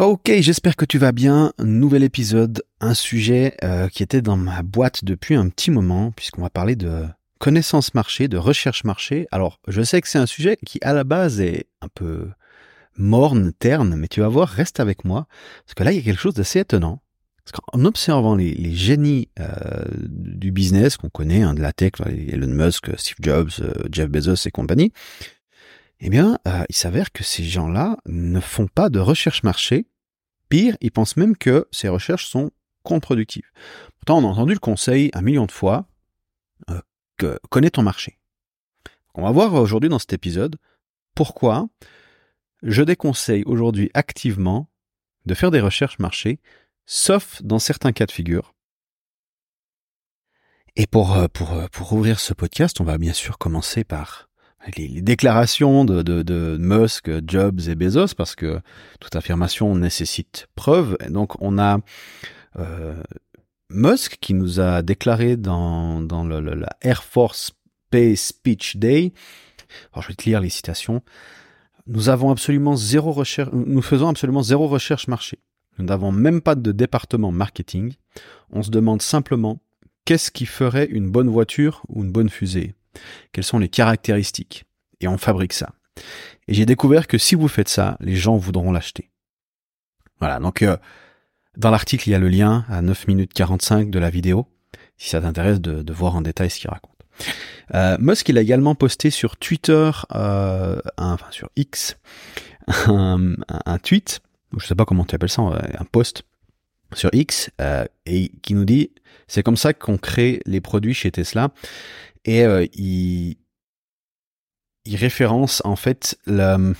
Ok, j'espère que tu vas bien. Nouvel épisode, un sujet qui était dans ma boîte depuis un petit moment, puisqu'on va parler de connaissance marché, de recherche marché. Alors, je sais que c'est un sujet qui, à la base, est un peu morne, terne, mais tu vas voir, reste avec moi, parce que là, il y a quelque chose d'assez étonnant. Parce qu'en observant les génies du business qu'on connaît, de la tech, Elon Musk, Steve Jobs, Jeff Bezos et compagnie, eh bien, il s'avère que ces gens-là ne font pas de recherche marché. Pire, ils pensent même que ces recherches sont contre-productives. Pourtant, on a entendu le conseil 1 million de fois, que connais ton marché. On va voir aujourd'hui dans cet épisode pourquoi je déconseille aujourd'hui activement de faire des recherches marché, sauf dans certains cas de figure. Et pour ouvrir ce podcast, on va bien sûr commencer par les déclarations de Musk, Jobs et Bezos, parce que toute affirmation nécessite preuve. Et donc on a Musk qui nous a déclaré dans la Air Force Base Speech Day, alors je vais te lire les citations, nous faisons absolument zéro recherche marché. Nous n'avons même pas de département marketing. On se demande simplement qu'est-ce qui ferait une bonne voiture ou une bonne fusée? Quelles sont les caractéristiques? Et on fabrique ça. Et j'ai découvert que si vous faites ça, les gens voudront l'acheter. Voilà, donc dans l'article, il y a le lien à 9 minutes 45 de la vidéo, si ça t'intéresse de voir en détail ce qu'il raconte. Musk, il a également posté sur Twitter, sur X, un tweet, je sais pas comment tu appelles ça, un post sur X, et qui nous dit, c'est comme ça qu'on crée les produits chez Tesla, et il référence en fait le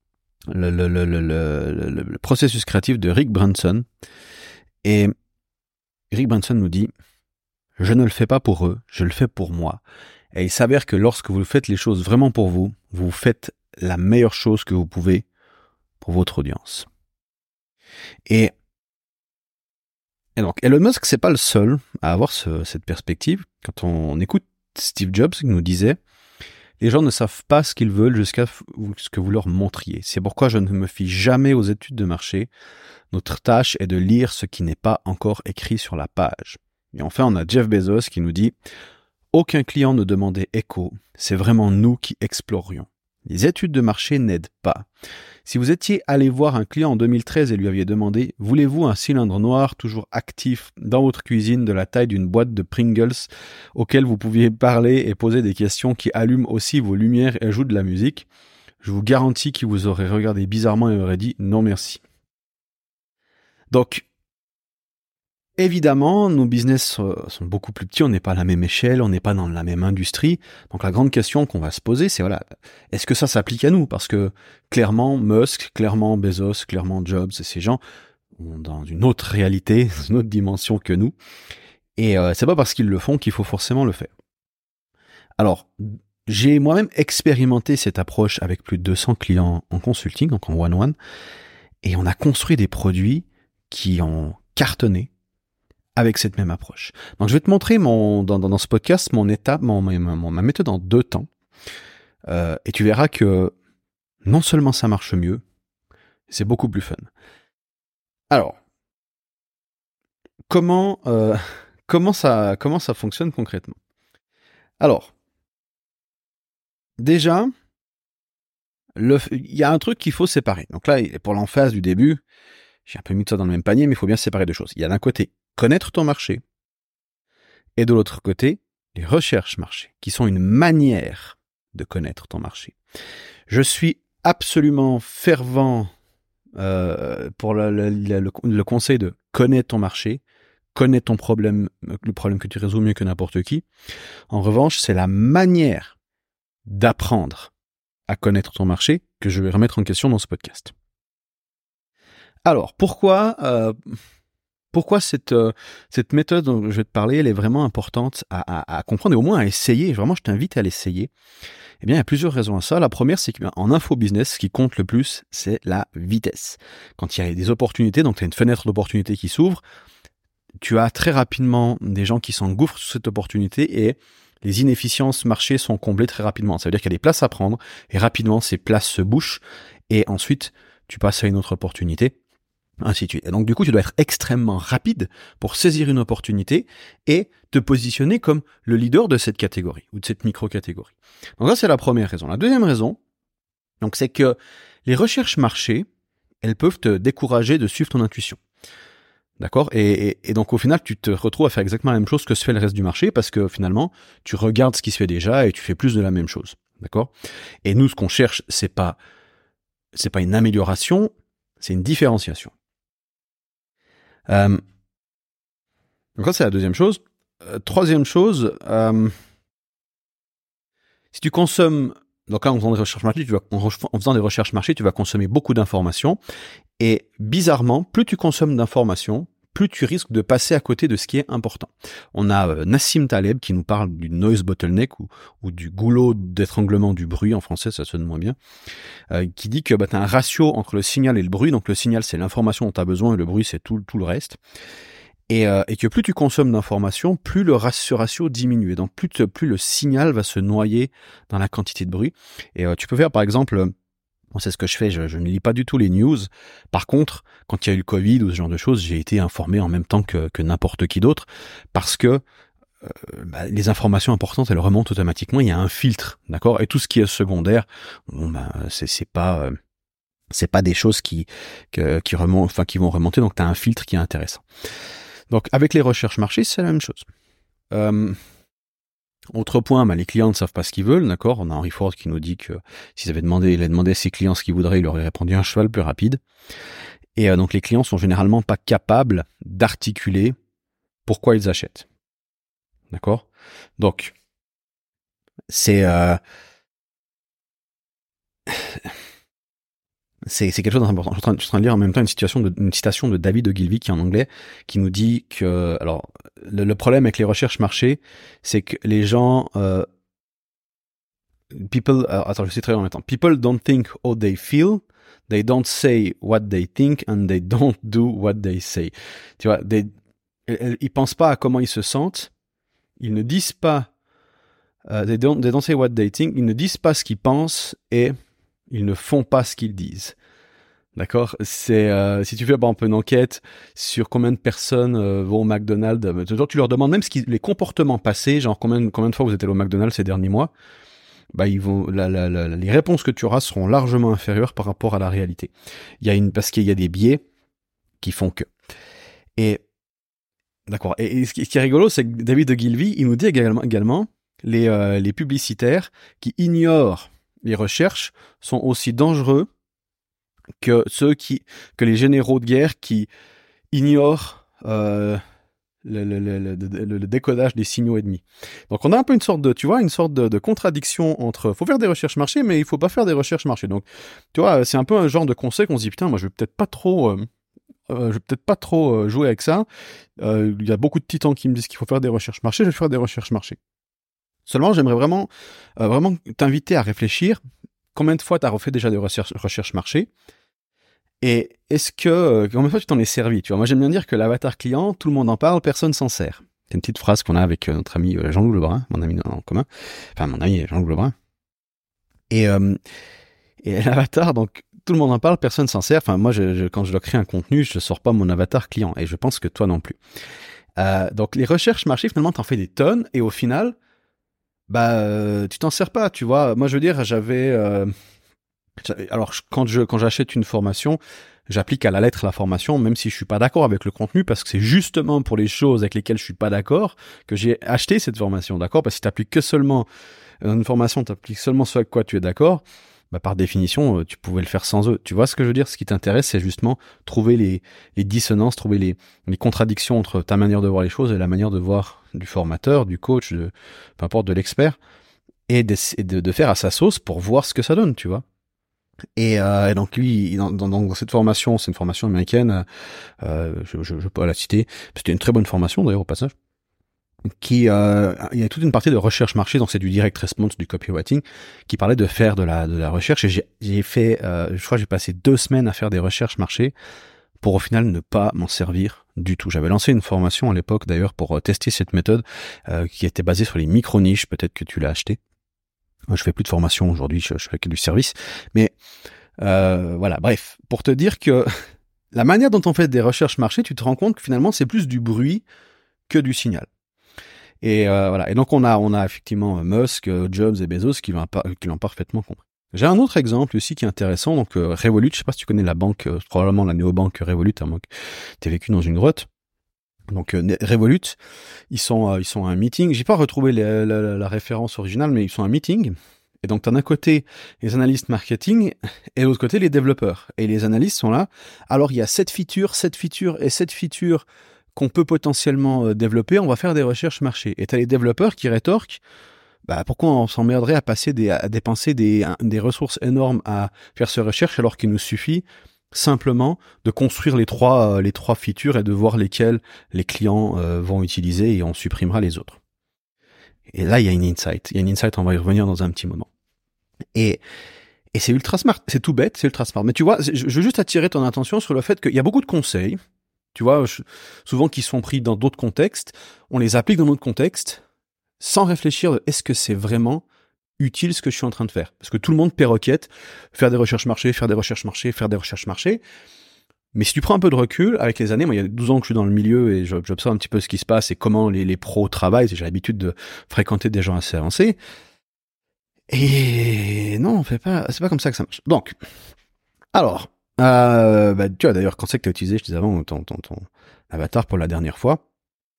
processus créatif de Rick Brunson. Et Rick Brunson nous dit « Je ne le fais pas pour eux, je le fais pour moi. » Et il s'avère que lorsque vous faites les choses vraiment pour vous, vous faites la meilleure chose que vous pouvez pour votre audience. Et donc, Elon Musk, c'est pas le seul à avoir cette perspective. Quand on écoute Steve Jobs qui nous disait « Les gens ne savent pas ce qu'ils veulent jusqu'à ce que vous leur montriez. C'est pourquoi je ne me fie jamais aux études de marché. Notre tâche est de lire ce qui n'est pas encore écrit sur la page. » Et enfin, on a Jeff Bezos qui nous dit « Aucun client ne demandait écho, c'est vraiment nous qui explorions. Les études de marché n'aident pas. Si vous étiez allé voir un client en 2013 et lui aviez demandé « Voulez-vous un cylindre noir toujours actif dans votre cuisine de la taille d'une boîte de Pringles auquel vous pouviez parler et poser des questions qui allument aussi vos lumières et jouent de la musique ?» Je vous garantis qu'il vous aurait regardé bizarrement et aurait dit « Non merci ». Donc, évidemment, nos business sont beaucoup plus petits, on n'est pas à la même échelle, on n'est pas dans la même industrie. Donc la grande question qu'on va se poser, c'est voilà, est-ce que ça s'applique à nous? Parce que clairement, Musk, clairement Bezos, clairement Jobs, ces gens sont dans une autre réalité, une autre dimension que nous. Et c'est pas parce qu'ils le font qu'il faut forcément le faire. Alors, j'ai moi-même expérimenté cette approche avec plus de 200 clients en consulting, donc en one-one, et on a construit des produits qui ont cartonné avec cette même approche. Donc je vais te montrer dans ce podcast ma méthode en 2 temps. Et tu verras que non seulement ça marche mieux, c'est beaucoup plus fun. Alors, comment ça fonctionne concrètement? Alors, déjà, il y a un truc qu'il faut séparer. Donc là, pour l'emphase du début, j'ai un peu mis ça dans le même panier, mais il faut bien séparer 2 choses. Il y a d'un côté connaître ton marché, et de l'autre côté, les recherches marché, qui sont une manière de connaître ton marché. Je suis absolument fervent pour le conseil de connaître ton marché, connaître ton problème, le problème que tu résous mieux que n'importe qui. En revanche, c'est la manière d'apprendre à connaître ton marché que je vais remettre en question dans ce podcast. Alors, pourquoi cette méthode dont je vais te parler, elle est vraiment importante à comprendre et au moins à essayer. Vraiment, je t'invite à l'essayer. Eh bien, il y a plusieurs raisons à ça. La première, c'est qu'en infobusiness, ce qui compte le plus, c'est la vitesse. Quand il y a des opportunités, donc tu as une fenêtre d'opportunité qui s'ouvre, tu as très rapidement des gens qui s'engouffrent sur cette opportunité et les inefficiences marché sont comblées très rapidement. Ça veut dire qu'il y a des places à prendre et rapidement, ces places se bouchent et ensuite, tu passes à une autre opportunité. ainsi de suite. Et donc du coup, tu dois être extrêmement rapide pour saisir une opportunité et te positionner comme le leader de cette catégorie ou de cette micro-catégorie. Donc ça, c'est la première raison. La deuxième raison, donc, c'est que les recherches marché, elles peuvent te décourager de suivre ton intuition. D'accord ? Et donc au final, tu te retrouves à faire exactement la même chose que se fait le reste du marché parce que finalement, tu regardes ce qui se fait déjà et tu fais plus de la même chose. D'accord ? Et nous, ce qu'on cherche, c'est pas une amélioration, c'est une différenciation. Donc ça, c'est la deuxième chose. Troisième chose, si tu consommes, donc là, en faisant des recherches marché, tu vas consommer beaucoup d'informations. Et bizarrement, plus tu consommes d'informations, plus tu risques de passer à côté de ce qui est important. On a Nassim Taleb qui nous parle du noise bottleneck ou du goulot d'étranglement du bruit, en français ça sonne moins bien, qui dit que tu as un ratio entre le signal et le bruit. Donc le signal, c'est l'information dont tu as besoin et le bruit, c'est tout le reste. Et que plus tu consommes d'informations, plus ce ratio diminue. Et donc plus le signal va se noyer dans la quantité de bruit. Et tu peux faire par exemple, c'est ce que je fais, je ne lis pas du tout les news. Par contre, quand il y a eu le Covid ou ce genre de choses, j'ai été informé en même temps que n'importe qui d'autre, parce que les informations importantes, elles remontent automatiquement. Il y a un filtre, d'accord. Et tout ce qui est secondaire, c'est pas des choses qui remontent, enfin qui vont remonter. Donc tu as un filtre qui est intéressant. Donc avec les recherches marché, c'est la même chose. Autre point, les clients ne savent pas ce qu'ils veulent, d'accord. On a Henry Ford qui nous dit que s'il avait demandé à ses clients ce qu'ils voudraient, il leur aurait répondu un cheval plus rapide. Et donc les clients sont généralement pas capables d'articuler pourquoi ils achètent, d'accord. Donc c'est quelque chose d'important. Je suis en train de lire en même temps une citation de David Ogilvy qui est en anglais, qui nous dit que, alors, le problème avec les recherches marché, c'est que les gens, attends, je sais très bien en même temps. People don't think how they feel, they don't say what they think, and they don't do what they say. Tu vois, ils pensent pas à comment ils se sentent, ils ne disent pas, they don't say what they think, ils ne disent pas ce qu'ils pensent et ils ne font pas ce qu'ils disent. D'accord, c'est si tu fais par exemple une enquête sur combien de personnes vont au McDonald's, tu leur demandes même les comportements passés, genre combien de fois vous êtes allé au McDonald's ces derniers mois, ils vont les réponses que tu auras seront largement inférieures par rapport à la réalité. Parce qu'il y a des biais qui font que. Et d'accord. Et ce qui est rigolo, c'est que David Ogilvy, il nous dit également les publicitaires qui ignorent les recherches sont aussi dangereux que les généraux de guerre qui ignorent le décodage des signaux ennemis. Donc on a un peu une sorte de contradiction entre faut faire des recherches marché, mais il faut pas faire des recherches marché. Donc tu vois, c'est un peu un genre de conseil qu'on se dit putain, moi je vais peut-être pas trop jouer avec ça. Il y a beaucoup de titans qui me disent qu'il faut faire des recherches marché, je vais faire des recherches marché. Seulement, j'aimerais vraiment t'inviter à réfléchir. Combien de fois tu as refait déjà des recherches marché? Et est-ce que, combien de fois tu t'en es servi? Tu vois, moi j'aime bien dire que l'avatar client, tout le monde en parle, personne s'en sert. C'est une petite phrase qu'on a avec notre ami Jean-Loup Lebrun, mon ami en commun. Enfin, mon ami Jean-Loup Lebrun. Et l'avatar, donc, tout le monde en parle, personne s'en sert. Enfin, moi, quand je dois créer un contenu, je sors pas mon avatar client. Et je pense que toi non plus. Donc, les recherches marché, finalement, t'en fais des tonnes. Et au final, tu t'en sers pas, tu vois. Moi, je veux dire, alors, quand j'achète une formation, j'applique à la lettre la formation, même si je suis pas d'accord avec le contenu, parce que c'est justement pour les choses avec lesquelles je suis pas d'accord que j'ai acheté cette formation, d'accord? Parce que si t'appliques que seulement une formation, t'appliques seulement ce avec quoi tu es d'accord, par définition, tu pouvais le faire sans eux. Tu vois ce que je veux dire? Ce qui t'intéresse, c'est justement trouver les dissonances, trouver les contradictions entre ta manière de voir les choses et la manière de voir du formateur, du coach, peu importe, de l'expert, et de faire à sa sauce pour voir ce que ça donne, tu vois. Et donc lui, dans cette formation, c'est une formation américaine, je peux la citer, c'était une très bonne formation d'ailleurs au passage, il y a toute une partie de recherche marché, donc c'est du direct response, du copywriting, qui parlait de faire de la recherche, et j'ai fait, je crois que j'ai passé 2 semaines à faire des recherches marché pour au final ne pas m'en servir du tout. J'avais lancé une formation à l'époque d'ailleurs pour tester cette méthode qui était basée sur les micro-niches, peut-être que tu l'as acheté. Je fais plus de formation aujourd'hui, je fais que du service. Mais voilà, bref, pour te dire que la manière dont on fait des recherches marché, tu te rends compte que finalement, c'est plus du bruit que du signal. Et voilà. Et donc, on a effectivement Musk, Jobs et Bezos qui l'ont parfaitement compris. J'ai un autre exemple aussi qui est intéressant. Donc, Revolut, je sais pas si tu connais la banque, probablement la néobanque Revolut, à moins que tu aies vécu dans une grotte. Donc, Revolut, ils sont à un meeting. J'ai pas retrouvé la référence originale, mais ils sont à un meeting. Et donc, tu as d'un côté les analystes marketing et de l'autre côté les développeurs. Et les analystes sont là. Alors, il y a cette feature et cette feature qu'on peut potentiellement développer. On va faire des recherches marché. Et tu as les développeurs qui rétorquent, bah, pourquoi on s'emmerderait à dépenser des ressources énormes à faire ces recherches alors qu'il nous suffit simplement de construire les trois features et de voir lesquelles les clients vont utiliser et on supprimera les autres. Et là, il y a une insight. On va y revenir dans un petit moment. Et c'est ultra smart. C'est tout bête, c'est ultra smart. Mais tu vois, je veux juste attirer ton attention sur le fait qu'il y a beaucoup de conseils, tu vois, souvent qui sont pris dans d'autres contextes. On les applique dans notre contexte sans réfléchir de est-ce que c'est vraiment utile ce que je suis en train de faire. Parce que tout le monde perroquette, faire des recherches marché. Mais si tu prends un peu de recul, avec les années, moi il y a 12 ans que je suis dans le milieu et j'observe un petit peu ce qui se passe et comment les pros travaillent, j'ai l'habitude de fréquenter des gens assez avancés. Et non, c'est pas comme ça que ça marche. Donc, alors, tu vois d'ailleurs, quand c'est que tu as utilisé, je disais avant, ton avatar pour la dernière fois.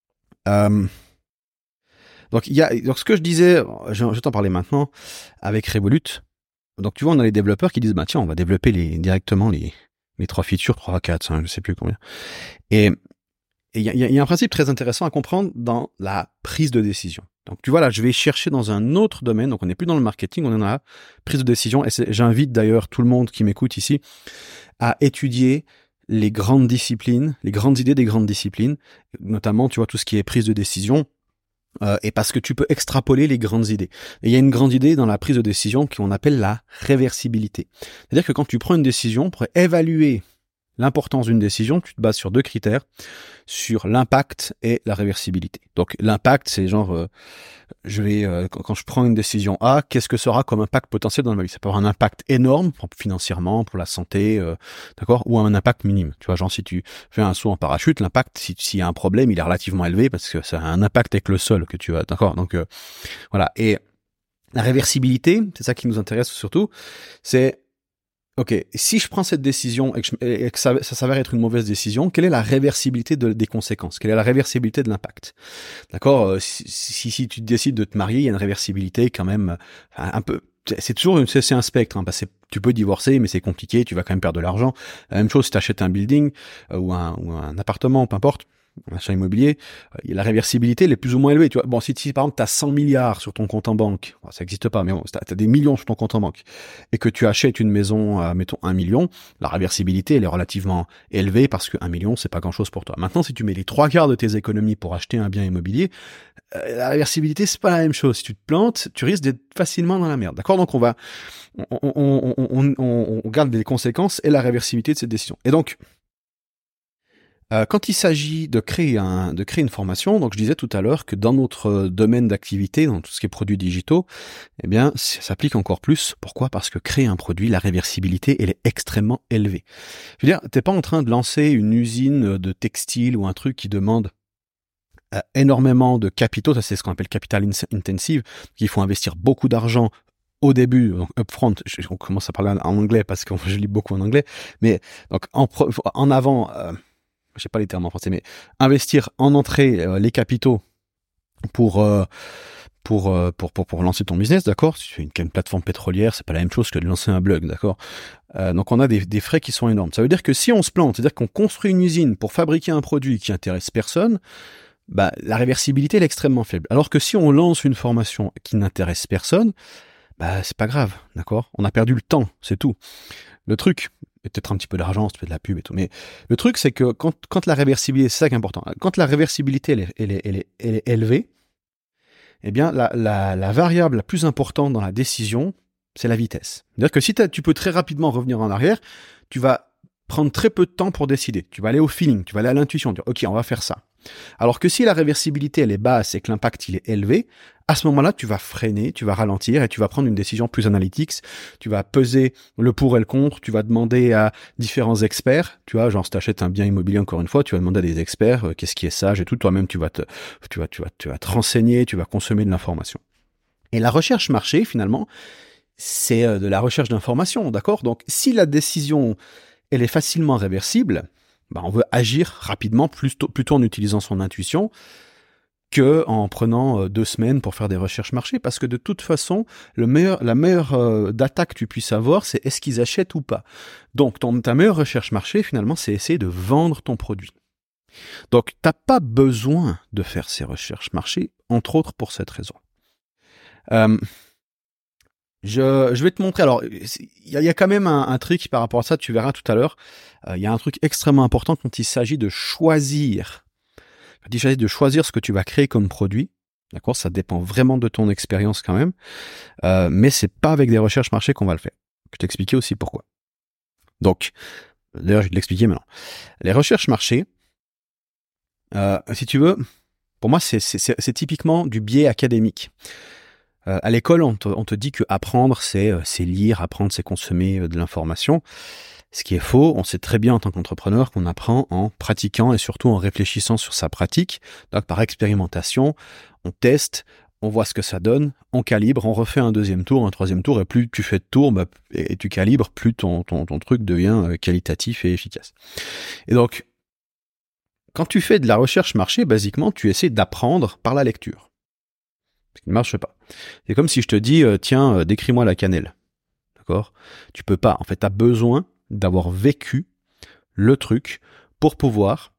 Donc ce que je disais, je vais t'en parler maintenant, avec Revolut. Donc tu vois, on a les développeurs qui disent, bah tiens, on va développer directement les 3 features, 3, 4, 5, je sais plus combien. Et il y a un principe très intéressant à comprendre dans la prise de décision. Donc tu vois là, je vais chercher dans un autre domaine, donc on n'est plus dans le marketing, on est dans la prise de décision, et j'invite d'ailleurs tout le monde qui m'écoute ici à étudier les grandes disciplines, les grandes idées des grandes disciplines, notamment tu vois tout ce qui est prise de décision, et parce que tu peux extrapoler les grandes idées. Et il y a une grande idée dans la prise de décision qu'on appelle la réversibilité. C'est-à-dire que quand tu prends une décision, pour évaluer l'importance d'une décision, tu te bases sur 2 critères, sur l'impact et la réversibilité. Donc l'impact, c'est genre, quand je prends une décision A, qu'est-ce que sera comme impact potentiel dans ma vie? Ça peut avoir un impact énorme, financièrement, pour la santé, d'accord, ou un impact minime. Tu vois, genre si tu fais un saut en parachute, l'impact, s'il y a un problème, il est relativement élevé parce que ça a un impact avec le sol que tu as, d'accord. Donc voilà. Et la réversibilité, c'est ça qui nous intéresse surtout, c'est ok, si je prends cette décision et que ça s'avère être une mauvaise décision, quelle est la réversibilité des conséquences? Quelle est la réversibilité de l'impact? D'accord, si tu décides de te marier, il y a une réversibilité quand même un peu. C'est un spectre, hein, parce que tu peux divorcer, mais c'est compliqué, tu vas quand même perdre de l'argent. La même chose si tu achètes un building ou un appartement, peu importe. Un achat immobilier, la réversibilité elle est plus ou moins élevée. Tu vois, bon, si par exemple tu as 100 milliards sur ton compte en banque, bon, ça n'existe pas, mais bon, tu as des millions sur ton compte en banque, et que tu achètes une maison à, mettons, 1 million, la réversibilité elle est relativement élevée parce que 1 million c'est pas grand chose pour toi. Maintenant, si tu mets les 3/4 de tes économies pour acheter un bien immobilier, la réversibilité c'est pas la même chose. Si tu te plantes, tu risques d'être facilement dans la merde. D'accord? Donc on regarde les conséquences et la réversibilité de cette décision. Et donc, quand il s'agit de créer une formation, donc je disais tout à l'heure que dans notre domaine d'activité, dans tout ce qui est produits digitaux, eh bien, ça s'applique encore plus. Pourquoi? Parce que créer un produit, la réversibilité, elle est extrêmement élevée. Je veux dire, t'es pas en train de lancer une usine de textile ou un truc qui demande énormément de capitaux, ça c'est ce qu'on appelle capital intensive, qu'il faut investir beaucoup d'argent au début, donc upfront, on commence à parler en anglais parce que je lis beaucoup en anglais, mais donc en avant, je sais pas les termes en français, mais investir en entrée les capitaux pour lancer ton business, d'accord? Si tu fais une plateforme pétrolière, c'est pas la même chose que de lancer un blog, d'accord? Donc on a des frais qui sont énormes. Ça veut dire que si on se plante, c'est-à-dire qu'on construit une usine pour fabriquer un produit qui intéresse personne, bah la réversibilité elle est extrêmement faible. Alors que si on lance une formation qui n'intéresse personne, bah c'est pas grave, d'accord? On a perdu le temps, c'est tout. Le truc, peut-être un petit peu d'argent, si tu fais de la pub et tout, mais le truc c'est que quand la réversibilité, c'est ça qui est important, quand la réversibilité elle est élevée, eh bien la variable la plus importante dans la décision, c'est la vitesse. C'est-à-dire que si tu peux très rapidement revenir en arrière, tu vas prendre très peu de temps pour décider. Tu vas aller au feeling, tu vas aller à l'intuition, dire ok, on va faire ça. Alors que si la réversibilité elle est basse et que l'impact il est élevé, à ce moment-là, tu vas freiner, tu vas ralentir et tu vas prendre une décision plus analytique. Tu vas peser le pour et le contre. Tu vas demander à différents experts. Tu vois, genre si t'achètes un bien immobilier encore une fois, tu vas demander à des experts qu'est-ce qui est sage et tout. Toi-même, tu vas te renseigner, tu vas consommer de l'information. Et la recherche marché, finalement, c'est de la recherche d'information, d'accord ? Donc, si la décision elle est facilement réversible, on veut agir rapidement, plutôt en utilisant son intuition que en prenant 2 semaines pour faire des recherches marché, parce que de toute façon, la meilleure data que tu puisses avoir, c'est est-ce qu'ils achètent ou pas. Donc, ta meilleure recherche marché, finalement, c'est essayer de vendre ton produit. Donc, t'as pas besoin de faire ces recherches marché, entre autres pour cette raison. Je vais te montrer. Alors, il y a quand même un truc par rapport à ça, tu verras tout à l'heure. Il y a un truc extrêmement important quand il s'agit de choisir. Quand il s'agit de choisir ce que tu vas créer comme produit, d'accord, ça dépend vraiment de ton expérience quand même, mais c'est pas avec des recherches marché qu'on va le faire. Je vais t'expliquer aussi pourquoi. Donc, d'ailleurs, je vais te l'expliquer maintenant. Les recherches marché, si tu veux, pour moi, c'est typiquement du biais académique. À l'école, on te dit que apprendre, c'est lire, apprendre, c'est consommer de l'information. Ce qui est faux, on sait très bien en tant qu'entrepreneur qu'on apprend en pratiquant et surtout en réfléchissant sur sa pratique. Donc par expérimentation, on teste, on voit ce que ça donne, on calibre, on refait un 2e tour, un 3e tour, et plus tu fais de tours et tu calibres, plus ton truc devient qualitatif et efficace. Et donc, quand tu fais de la recherche marché, basiquement, tu essaies d'apprendre par la lecture. Ce qui ne marche pas. C'est comme si je te dis, tiens, décris-moi la cannelle. D'accord ? Tu peux pas. En fait, tu as besoin d'avoir vécu le truc pour pouvoir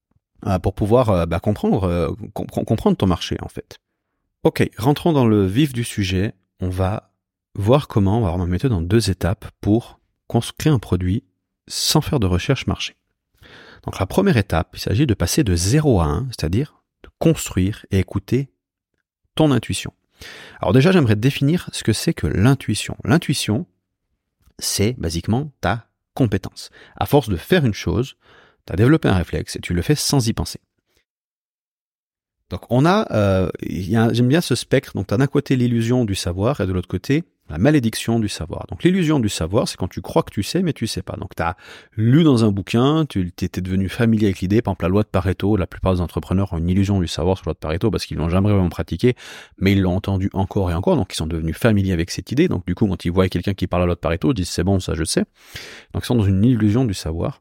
comprendre ton marché, en fait. Ok, rentrons dans le vif du sujet. On va voir comment on va avoir ma méthode en 2 étapes pour construire un produit sans faire de recherche marché. Donc la première étape, il s'agit de passer de 0 à 1, c'est-à-dire de construire et écouter ton intuition. Alors déjà, j'aimerais définir ce que c'est que l'intuition. L'intuition, c'est basiquement ta compétence. À force de faire une chose, tu as développé un réflexe et tu le fais sans y penser. Donc j'aime bien ce spectre. Donc tu as d'un côté l'illusion du savoir et de l'autre côté la malédiction du savoir. Donc l'illusion du savoir, c'est quand tu crois que tu sais, mais tu sais pas. Donc tu as lu dans un bouquin, tu étais devenu familier avec l'idée, par exemple la loi de Pareto, la plupart des entrepreneurs ont une illusion du savoir sur la loi de Pareto parce qu'ils l'ont jamais vraiment pratiqué, mais ils l'ont entendu encore et encore, donc ils sont devenus familiers avec cette idée. Donc du coup, quand ils voient quelqu'un qui parle à la loi de Pareto, ils disent c'est bon, ça je sais. Donc ils sont dans une illusion du savoir.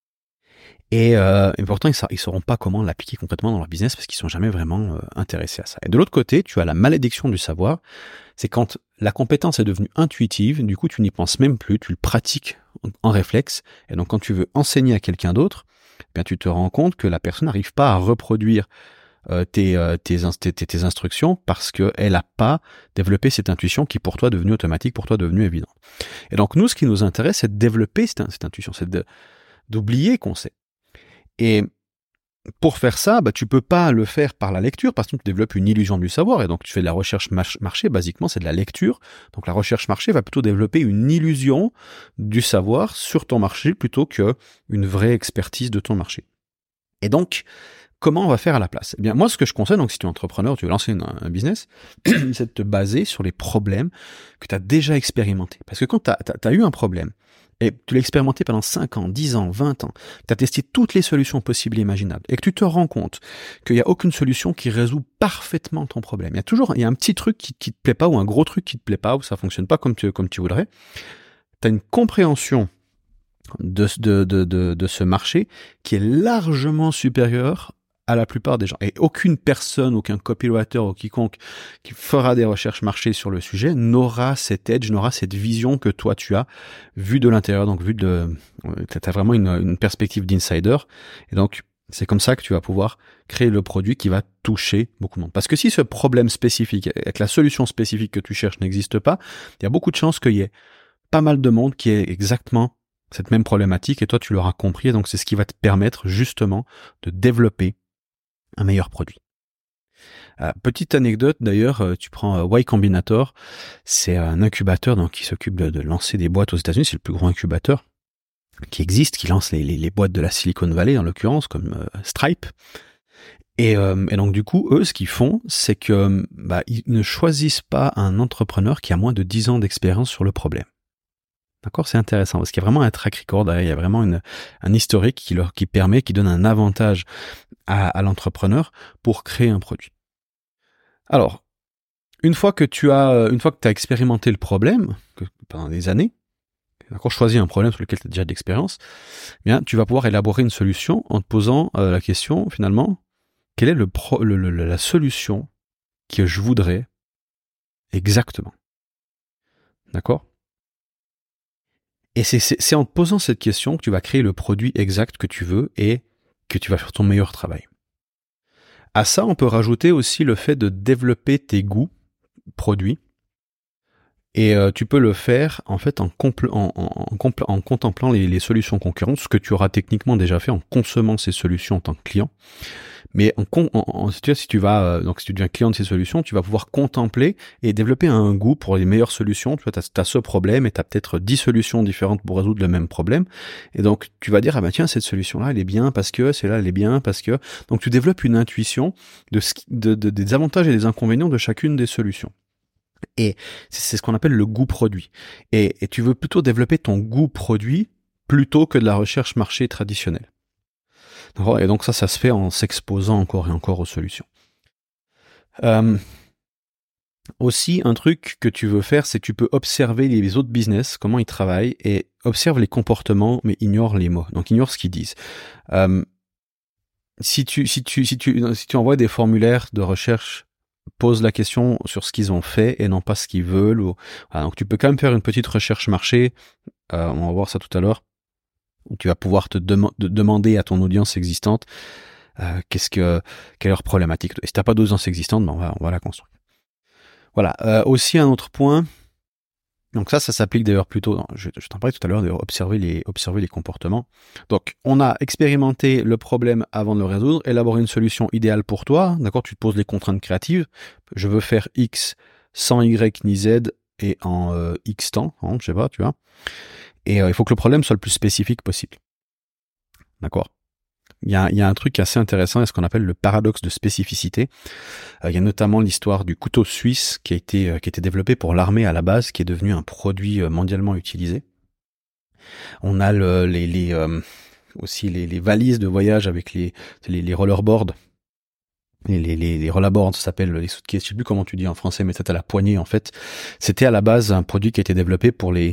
Et pourtant, ils sauront pas comment l'appliquer concrètement dans leur business parce qu'ils sont jamais vraiment intéressés à ça. Et de l'autre côté, tu as la malédiction du savoir. C'est quand la compétence est devenue intuitive, du coup, tu n'y penses même plus, tu le pratiques en réflexe. Et donc, quand tu veux enseigner à quelqu'un d'autre, bien, tu te rends compte que la personne n'arrive pas à reproduire tes instructions parce qu'elle n'a pas développé cette intuition qui pour toi est devenue automatique, pour toi est devenue évidente. Et donc, nous, ce qui nous intéresse, c'est de développer cette intuition, c'est d'oublier qu'on sait. Et pour faire ça, tu peux pas le faire par la lecture parce que tu développes une illusion du savoir et donc tu fais de la recherche marché, basiquement c'est de la lecture. Donc la recherche marché va plutôt développer une illusion du savoir sur ton marché plutôt que une vraie expertise de ton marché. Et donc, comment on va faire à la place ? Eh bien, moi, ce que je conseille, donc si tu es entrepreneur, tu veux lancer un business, c'est de te baser sur les problèmes que tu as déjà expérimentés. Parce que quand tu as eu un problème, et tu l'as expérimenté pendant 5 ans, 10 ans, 20 ans, tu as testé toutes les solutions possibles et imaginables, et que tu te rends compte qu'il n'y a aucune solution qui résout parfaitement ton problème. Il y a un petit truc qui te plaît pas, ou un gros truc qui te plaît pas, ou ça fonctionne pas comme tu voudrais. Tu as une compréhension de ce marché qui est largement supérieure à la plupart des gens. Et aucune personne, aucun copywriter ou quiconque qui fera des recherches marché sur le sujet n'aura cet edge, n'aura cette vision que toi tu as vue de l'intérieur. Donc tu as vraiment une perspective d'insider. Et donc c'est comme ça que tu vas pouvoir créer le produit qui va toucher beaucoup de monde. Parce que si ce problème spécifique, avec la solution spécifique que tu cherches n'existe pas, il y a beaucoup de chances qu'il y ait pas mal de monde qui ait exactement cette même problématique et toi tu l'auras compris. Et donc c'est ce qui va te permettre justement de développer un meilleur produit. Petite anecdote d'ailleurs, tu prends Y Combinator, c'est un incubateur donc qui s'occupe de lancer des boîtes aux États-Unis, c'est le plus gros incubateur qui existe, qui lance les boîtes de la Silicon Valley en l'occurrence, comme Stripe. Et donc du coup, eux, ce qu'ils font, c'est que ils ne choisissent pas un entrepreneur qui a moins de 10 ans d'expérience sur le problème. D'accord, c'est intéressant parce qu'il y a vraiment un track record derrière, il y a vraiment un historique qui donne un avantage à l'entrepreneur pour créer un produit. Alors, une fois que tu as expérimenté le problème pendant des années, d'accord, choisi un problème sur lequel tu as déjà de l'expérience, eh bien, tu vas pouvoir élaborer une solution en te posant la question finalement, quelle est la solution que je voudrais exactement. D'accord? Et c'est en te posant cette question que tu vas créer le produit exact que tu veux et que tu vas faire ton meilleur travail. À ça, on peut rajouter aussi le fait de développer tes goûts produits. Et tu peux le faire en fait en contemplant les solutions concurrentes, ce que tu auras techniquement déjà fait en consommant ces solutions en tant que client. Mais si tu deviens client de ces solutions, tu vas pouvoir contempler et développer un goût pour les meilleures solutions. Tu vois, t'as ce problème et t'as peut-être 10 solutions différentes pour résoudre le même problème. Et donc, tu vas dire, ah bah tiens, cette solution-là, elle est bien parce que, celle-là, elle est bien parce que. Donc, tu développes une intuition des avantages et des inconvénients de chacune des solutions. Et c'est ce qu'on appelle le goût produit. Et tu veux plutôt développer ton goût produit plutôt que de la recherche marché traditionnelle. Et donc ça se fait en s'exposant encore et encore aux solutions. Aussi, un truc que tu veux faire, c'est que tu peux observer les autres business, comment ils travaillent, et observe les comportements, mais ignore les mots. Donc ignore ce qu'ils disent. Si tu envoies des formulaires de recherche, pose la question sur ce qu'ils ont fait et non pas ce qu'ils veulent. Voilà, donc tu peux quand même faire une petite recherche marché. On va voir ça tout à l'heure. Tu vas pouvoir demander à ton audience existante quelle est leur problématique. Et si t'as pas d'audience existante, on va la construire. Voilà. Aussi un autre point. Donc ça s'applique d'ailleurs plutôt. Je t'en parlais tout à l'heure, observer les comportements. Donc on a expérimenté le problème avant de le résoudre, élaborer une solution idéale pour toi. D'accord, tu te poses les contraintes créatives. Je veux faire X sans Y ni Z et en X temps. Je sais pas, tu vois. Et il faut que le problème soit le plus spécifique possible. D'accord. Il y a un truc assez intéressant, ce qu'on appelle le paradoxe de spécificité. Il y a notamment l'histoire du couteau suisse qui a été développé pour l'armée à la base, qui est devenu un produit mondialement utilisé. On a aussi les valises de voyage avec les rollerboards. Les rollerboards, ça s'appelle les suitcases, je sais plus comment tu dis en français, mais c'est à la poignée en fait. C'était à la base un produit qui a été développé pour les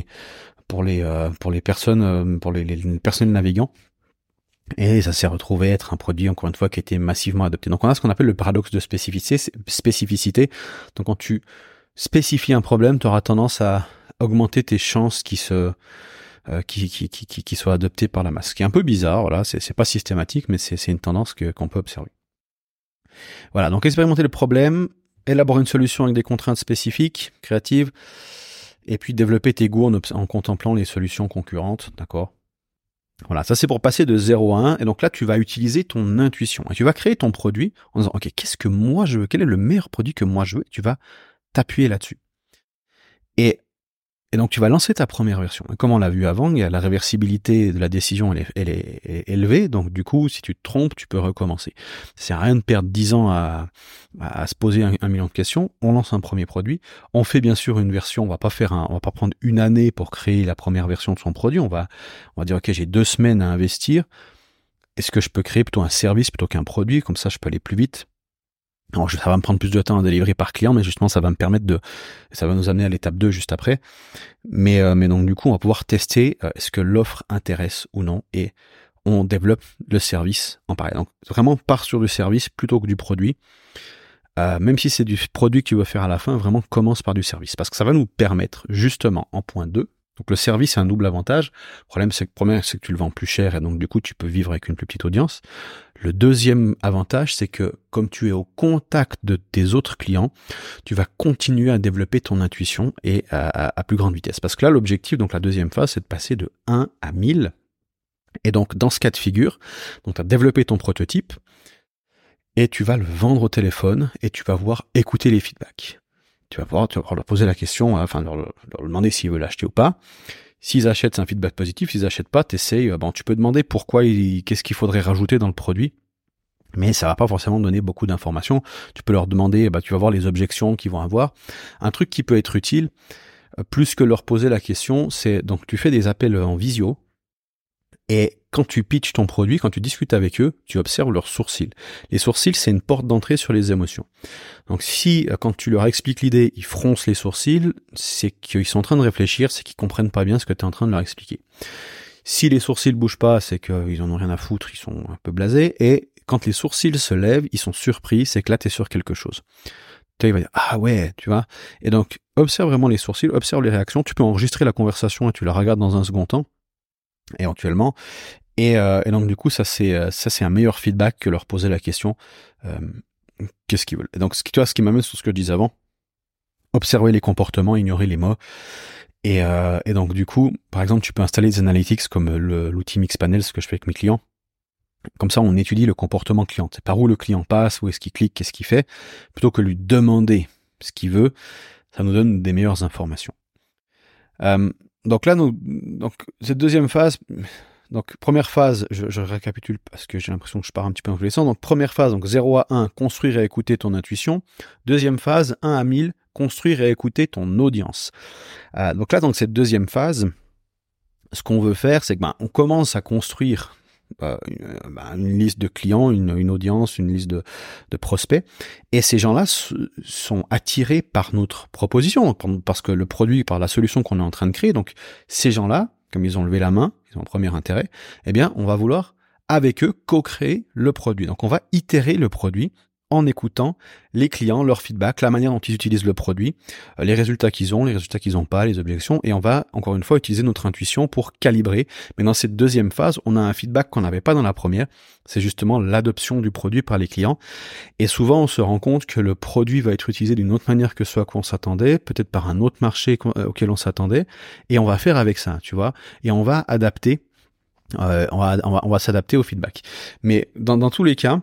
personnes, pour les personnels navigants. Et ça s'est retrouvé être un produit, encore une fois, qui a été massivement adopté. Donc on a ce qu'on appelle le paradoxe de spécificité. Donc quand tu spécifies un problème, tu auras tendance à augmenter tes chances qui soient adoptées par la masse. Ce qui est un peu bizarre, voilà, c'est pas systématique, mais c'est une tendance qu'on peut observer. Voilà, donc expérimenter le problème, élaborer une solution avec des contraintes spécifiques, créatives, et puis développer tes goûts en contemplant les solutions concurrentes, d'accord ? Voilà, ça c'est pour passer de 0 à 1, et donc là tu vas utiliser ton intuition, et tu vas créer ton produit en disant, ok, qu'est-ce que moi je veux, quel est le meilleur produit que moi je veux, et tu vas t'appuyer là-dessus. Et donc tu vas lancer ta première version. Et comme on l'a vu avant, il y a la réversibilité de la décision, elle est élevée, donc du coup, si tu te trompes, tu peux recommencer. Ça sert à rien de perdre 10 ans à se poser un million de questions. On lance un premier produit. On fait bien sûr une version, on va pas prendre une année pour créer la première version de son produit. On va dire, ok, j'ai 2 semaines à investir. Est-ce que je peux créer plutôt un service plutôt qu'un produit? Comme ça, je peux aller plus vite. Alors, ça va me prendre plus de temps à délivrer par client, mais justement, ça va nous amener à l'étape 2 juste après. Mais donc, du coup, on va pouvoir tester est-ce que l'offre intéresse ou non, et on développe le service en parallèle. Donc, vraiment, part sur du service plutôt que du produit. Même si c'est du produit que tu veux faire à la fin, vraiment commence par du service. Parce que ça va nous permettre, justement, en point 2, donc le service c'est un double avantage. Le problème c'est que tu le vends plus cher et donc du coup tu peux vivre avec une plus petite audience. Le deuxième avantage c'est que comme tu es au contact de tes autres clients, tu vas continuer à développer ton intuition et à plus grande vitesse. Parce que là l'objectif, donc la deuxième phase, c'est de passer de 1 à 1000. Et donc dans ce cas de figure, donc tu as développé ton prototype et tu vas le vendre au téléphone et tu vas pouvoir écouter les feedbacks. Tu vas pouvoir leur poser la question, enfin leur demander s'ils veulent acheter ou pas. S'ils achètent, c'est un feedback positif. S'ils achètent pas, tu peux demander pourquoi, qu'est-ce qu'il faudrait rajouter dans le produit Mais ça va pas forcément donner beaucoup d'informations. Tu peux leur demander, tu vas voir les objections qu'ils vont avoir. Un truc qui peut être utile, plus que leur poser la question, c'est donc tu fais des appels en visio. Et quand tu pitches ton produit, quand tu discutes avec eux, tu observes leurs sourcils. Les sourcils, c'est une porte d'entrée sur les émotions. Donc si, quand tu leur expliques l'idée, ils froncent les sourcils, c'est qu'ils sont en train de réfléchir, c'est qu'ils comprennent pas bien ce que tu es en train de leur expliquer. Si les sourcils bougent pas, c'est qu'ils en ont rien à foutre, ils sont un peu blasés. Et quand les sourcils se lèvent, ils sont surpris, c'est que là, t'es sur quelque chose. Tu vas dire, ah ouais, tu vois. Et donc, observe vraiment les sourcils, observe les réactions. Tu peux enregistrer la conversation et tu la regardes dans un second temps, éventuellement. Et donc du coup, ça c'est un meilleur feedback que leur poser la question qu'est-ce qu'ils veulent. Et donc tu vois, ce qui m'amène sur ce que je disais avant, observer les comportements, ignorer les mots. Et donc du coup, par exemple, tu peux installer des analytics comme l'outil Mixpanel, ce que je fais avec mes clients. Comme ça, on étudie le comportement client. C'est par où le client passe, où est-ce qu'il clique, qu'est-ce qu'il fait, plutôt que lui demander ce qu'il veut. Ça nous donne des meilleures informations. Donc là, donc cette deuxième phase. Donc, première phase, je récapitule parce que j'ai l'impression que je pars un petit peu dans tous les sens. Donc, première phase, donc 0 à 1, construire et écouter ton intuition. Deuxième phase, 1 à 1000, construire et écouter ton audience. Donc là, dans cette deuxième phase, ce qu'on veut faire, c'est que on commence à construire une liste de clients, une audience, une liste de prospects. Et ces gens-là sont attirés par notre proposition, parce que le produit, par la solution qu'on est en train de créer. Donc, ces gens-là, comme ils ont levé la main, ils ont un premier intérêt, eh bien, on va vouloir, avec eux, co-créer le produit. Donc, on va itérer le produit en écoutant les clients, leur feedback, la manière dont ils utilisent le produit, les résultats qu'ils ont, les résultats qu'ils n'ont pas, les objections, et on va, encore une fois, utiliser notre intuition pour calibrer. Mais dans cette deuxième phase, on a un feedback qu'on n'avait pas dans la première, c'est justement l'adoption du produit par les clients. Et souvent, on se rend compte que le produit va être utilisé d'une autre manière que ce à quoi on s'attendait, peut-être par un autre marché auquel on s'attendait, et on va faire avec ça, tu vois, et on va adapter, on va s'adapter au feedback. Mais dans tous les cas,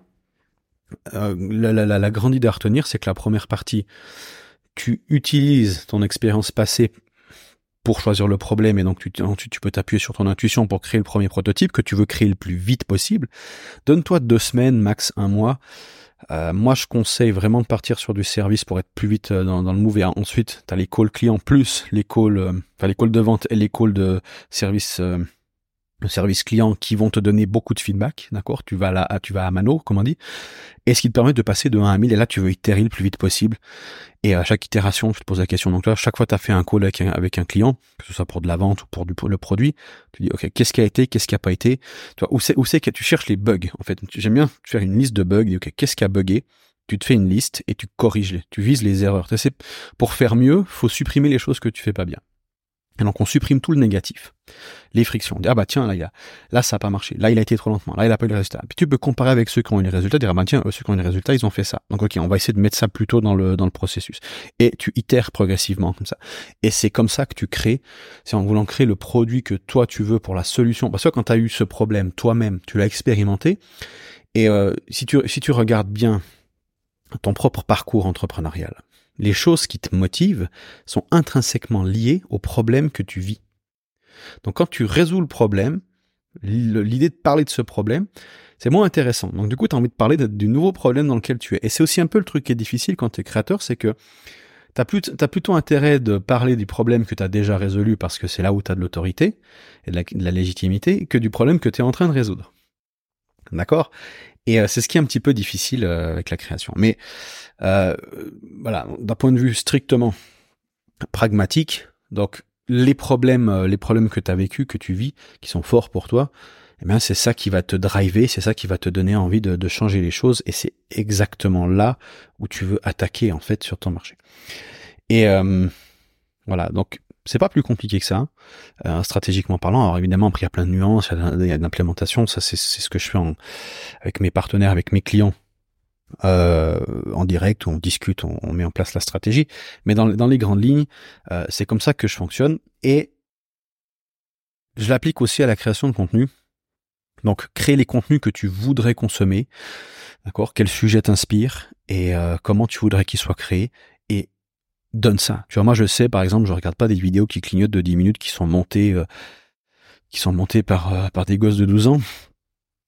la grande idée à retenir, c'est que la première partie, tu utilises ton expérience passée pour choisir le problème, et donc ensuite tu peux t'appuyer sur ton intuition pour créer le premier prototype que tu veux créer le plus vite possible. Donne-toi 2 semaines, max 1 mois. Moi, je conseille vraiment de partir sur du service pour être plus vite dans le move. Et ensuite, tu as les calls clients plus les calls, les calls de vente et les calls de service. Le service client qui vont te donner beaucoup de feedback, d'accord? Tu vas à mano, comme on dit, et ce qui te permet de passer de 1 à 1000, et là, tu veux itérer le plus vite possible, et à chaque itération, tu te poses la question. Donc là, chaque fois que tu as fait un call avec un client, que ce soit pour de la vente ou pour le produit, tu dis, ok, qu'est-ce qui a été, qu'est-ce qui a pas été? Tu vois, où c'est que tu cherches les bugs, en fait. J'aime bien faire une liste de bugs, dis, ok, qu'est-ce qui a bugué? Tu te fais une liste, et tu corriges tu vises les erreurs. Pour faire mieux, faut supprimer les choses que tu fais pas bien. Et donc, on supprime tout le négatif. Les frictions. On dit, tiens, là, ça a pas marché. Là, il a été trop lentement. Là, il a pas eu le résultat. Puis tu peux comparer avec ceux qui ont eu les résultats, dire, tiens, ceux qui ont eu les résultats, ils ont fait ça. Donc, ok, on va essayer de mettre ça plus tôt dans le processus. Et tu itères progressivement, comme ça. Et c'est comme ça que tu crées, c'est en voulant créer le produit que toi, tu veux pour la solution. Parce que quand tu as eu ce problème, toi-même, tu l'as expérimenté. Et, si tu regardes bien ton propre parcours entrepreneurial, les choses qui te motivent sont intrinsèquement liées au problème que tu vis. Donc quand tu résous le problème, l'idée de parler de ce problème, c'est moins intéressant. Donc du coup, tu as envie de parler du nouveau problème dans lequel tu es. Et c'est aussi un peu le truc qui est difficile quand tu es créateur, c'est que t'as plutôt intérêt de parler du problème que tu as déjà résolu parce que c'est là où tu as de l'autorité et de la légitimité, que du problème que tu es en train de résoudre. D'accord ? Et c'est ce qui est un petit peu difficile avec la création. Mais voilà, d'un point de vue strictement pragmatique, donc les problèmes que tu as vécu, que tu vis, qui sont forts pour toi, eh bien c'est ça qui va te driver, c'est ça qui va te donner envie de changer les choses, et c'est exactement là où tu veux attaquer en fait sur ton marché. Et voilà, donc c'est pas plus compliqué que ça, stratégiquement parlant. Alors évidemment, après il y a plein de nuances, il y a de l'implémentation, ça c'est ce que je fais avec mes partenaires, avec mes clients, en direct, où on discute, on met en place la stratégie. Mais dans les grandes lignes, c'est comme ça que je fonctionne, et je l'applique aussi à la création de contenu. Donc créer les contenus que tu voudrais consommer, d'accord ? Quel sujet t'inspire et comment tu voudrais qu'ils soient créés, et donne ça. Tu vois, moi je sais, par exemple, je regarde pas des vidéos qui clignotent de 10 minutes qui sont montées par des gosses de 12 ans.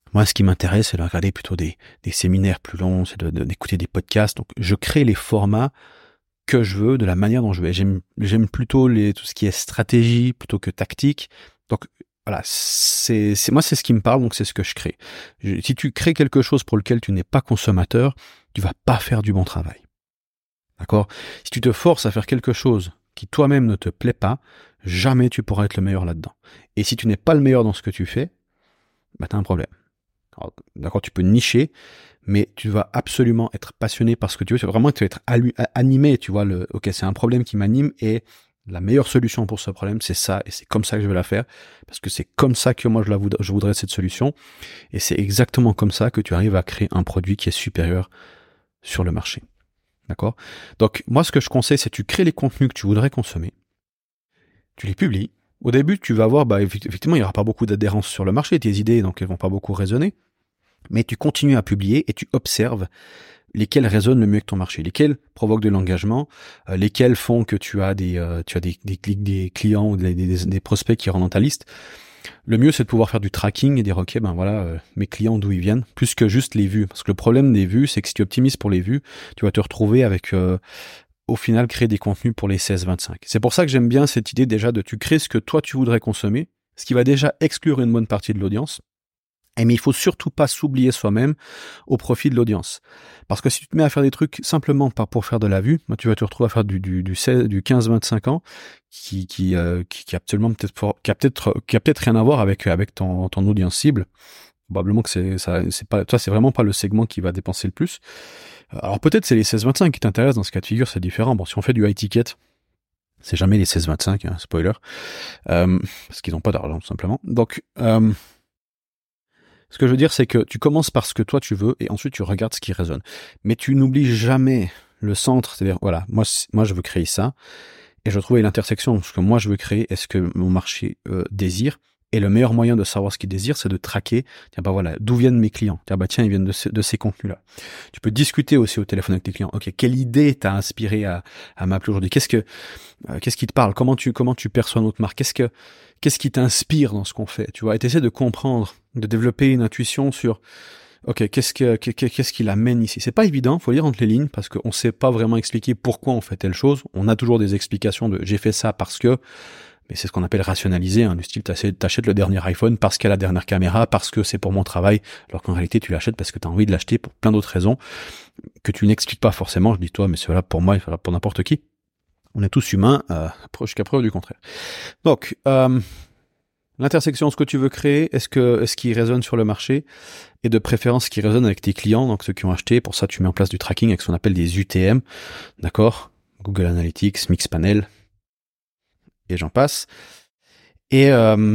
Moi, ce qui m'intéresse, c'est de regarder plutôt des séminaires plus longs, c'est d'écouter des podcasts. Donc, je crée les formats que je veux, de la manière dont je veux. J'aime plutôt tout ce qui est stratégie plutôt que tactique. Donc, voilà, moi, c'est ce qui me parle, donc c'est ce que je crée. Si tu crées quelque chose pour lequel tu n'es pas consommateur, tu vas pas faire du bon travail. D'accord? Si tu te forces à faire quelque chose qui toi-même ne te plaît pas, jamais tu pourras être le meilleur là-dedans. Et si tu n'es pas le meilleur dans ce que tu fais, bah, t'as un problème. Alors, d'accord, tu peux nicher, mais tu vas absolument être passionné par ce que tu veux. Tu vas vraiment être animé, tu vois, ok, c'est un problème qui m'anime et la meilleure solution pour ce problème, c'est ça, et c'est comme ça que je vais la faire, parce que c'est comme ça que moi je voudrais cette solution, et c'est exactement comme ça que tu arrives à créer un produit qui est supérieur sur le marché. D'accord? Donc, moi, ce que je conseille, c'est que tu crées les contenus que tu voudrais consommer, tu les publies. Au début, tu vas voir, bah, effectivement, il n'y aura pas beaucoup d'adhérence sur le marché, tes idées, donc elles vont pas beaucoup résonner. Mais tu continues à publier et tu observes lesquels résonnent le mieux avec ton marché, lesquels provoquent de l'engagement, lesquels font que tu as des clients ou des prospects qui rentrent dans ta liste. Le mieux, c'est de pouvoir faire du tracking et dire, ok, ben voilà, mes clients d'où ils viennent, plus que juste les vues. Parce que le problème des vues, c'est que si tu optimises pour les vues, tu vas te retrouver avec, au final, créer des contenus pour les 16-25. C'est pour ça que j'aime bien cette idée déjà de tu crées ce que toi tu voudrais consommer, ce qui va déjà exclure une bonne partie de l'audience. Mais il faut surtout pas s'oublier soi-même au profit de l'audience. Parce que si tu te mets à faire des trucs simplement pour faire de la vue, bah, tu vas te retrouver à faire du 15-25 ans qui a peut-être rien à voir avec ton audience cible. Probablement que c'est vraiment pas le segment qui va dépenser le plus. Alors peut-être c'est les 16-25 qui t'intéressent, dans ce cas de figure, c'est différent. Bon, si on fait du high ticket, c'est jamais les 16-25, hein, spoiler. Parce qu'ils n'ont pas d'argent, tout simplement. Donc, ce que je veux dire, c'est que tu commences par ce que toi tu veux et ensuite tu regardes ce qui résonne. Mais tu n'oublies jamais le centre, c'est-à-dire, voilà, moi je veux créer ça et je veux trouver l'intersection de ce que moi je veux créer et ce que mon marché désire. Et le meilleur moyen de savoir ce qu'il désire, c'est de traquer, tiens, bah voilà, d'où viennent mes clients? Tiens, bah tiens, ils viennent de ces contenus-là. Tu peux discuter aussi au téléphone avec tes clients. Ok, quelle idée t'a inspiré à m'appeler aujourd'hui? Qu'est-ce qui te parle? Comment tu perçois notre marque? Qu'est-ce qui t'inspire dans ce qu'on fait? Tu vois, et t'essaies de comprendre, de développer une intuition sur, ok, qu'est-ce qui l'amène ici? C'est pas évident, faut lire entre les lignes, parce qu'on sait pas vraiment expliquer pourquoi on fait telle chose. On a toujours des explications de j'ai fait ça parce que, mais c'est ce qu'on appelle rationaliser, hein, du style t'achètes le dernier iPhone parce qu'il y a la dernière caméra, parce que c'est pour mon travail, alors qu'en réalité tu l'achètes parce que tu as envie de l'acheter pour plein d'autres raisons que tu n'expliques pas forcément. Je dis toi, mais c'est valable pour moi, il valable pour n'importe qui. On est tous humains, jusqu'à preuve du contraire. Donc, l'intersection, ce que tu veux créer, est-ce qu'il résonne sur le marché, et de préférence ce qui résonne avec tes clients, donc ceux qui ont acheté. Pour ça, tu mets en place du tracking avec ce qu'on appelle des UTM, d'accord, Google Analytics, Mixpanel, et j'en passe. Et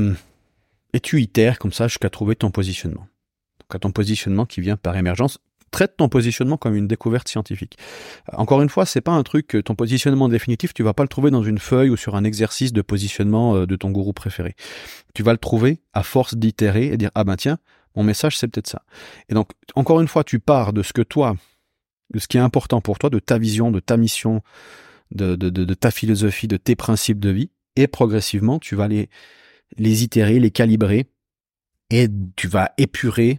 tu itères comme ça jusqu'à trouver ton positionnement. Donc à ton positionnement qui vient par émergence. Traite ton positionnement comme une découverte scientifique. Encore une fois, c'est pas un truc, ton positionnement définitif, tu vas pas le trouver dans une feuille ou sur un exercice de positionnement de ton gourou préféré. Tu vas le trouver à force d'itérer et dire, ah ben tiens, mon message c'est peut-être ça. Et donc, encore une fois, tu pars de ce qui est important pour toi, de ta vision, de ta mission, de ta philosophie, de tes principes de vie, et progressivement, tu vas les itérer, les calibrer, et tu vas épurer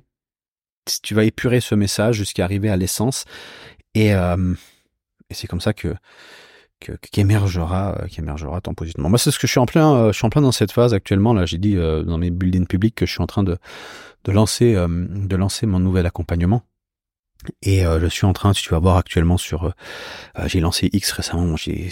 ce message jusqu'à arriver à l'essence, et c'est comme ça qu'émergera ton positionnement. Moi, c'est ce que je suis en plein dans cette phase actuellement. Là, j'ai dit dans mes buildings publics que je suis en train de lancer mon nouvel accompagnement. Et je suis en train, si tu vas voir actuellement j'ai lancé X récemment, j'ai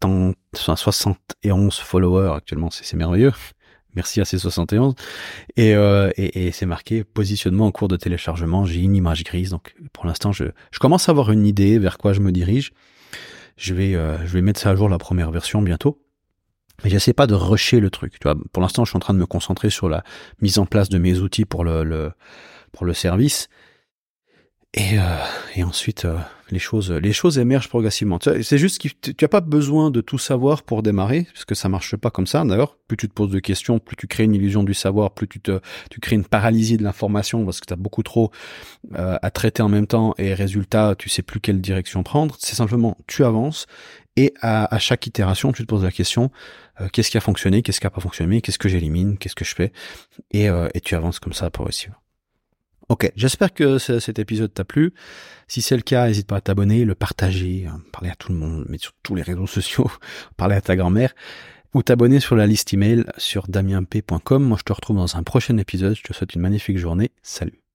71 followers actuellement, c'est merveilleux. Merci à ces 71. Et c'est marqué positionnement en cours de téléchargement. J'ai une image grise, donc pour l'instant je commence à avoir une idée vers quoi je me dirige. Je vais mettre ça à jour, la première version, bientôt. Mais j'essaie pas de rusher le truc. Tu vois, pour l'instant, je suis en train de me concentrer sur la mise en place de mes outils pour le service. Et ensuite, les choses émergent progressivement. C'est juste que tu n'as pas besoin de tout savoir pour démarrer, parce que ça marche pas comme ça. D'ailleurs, plus tu te poses de questions, plus tu crées une illusion du savoir, plus tu crées une paralysie de l'information, parce que tu as beaucoup trop à traiter en même temps, et résultat, tu sais plus quelle direction prendre. C'est simplement, tu avances, et à chaque itération, tu te poses la question, qu'est-ce qui a fonctionné, qu'est-ce qui a pas fonctionné, qu'est-ce que j'élimine, qu'est-ce que je fais, et tu avances comme ça progressivement. Ok, j'espère que cet épisode t'a plu. Si c'est le cas, n'hésite pas à t'abonner, le partager, parler à tout le monde, mettre sur tous les réseaux sociaux, parler à ta grand-mère, ou t'abonner sur la liste email sur damienp.com. Moi, je te retrouve dans un prochain épisode. Je te souhaite une magnifique journée. Salut.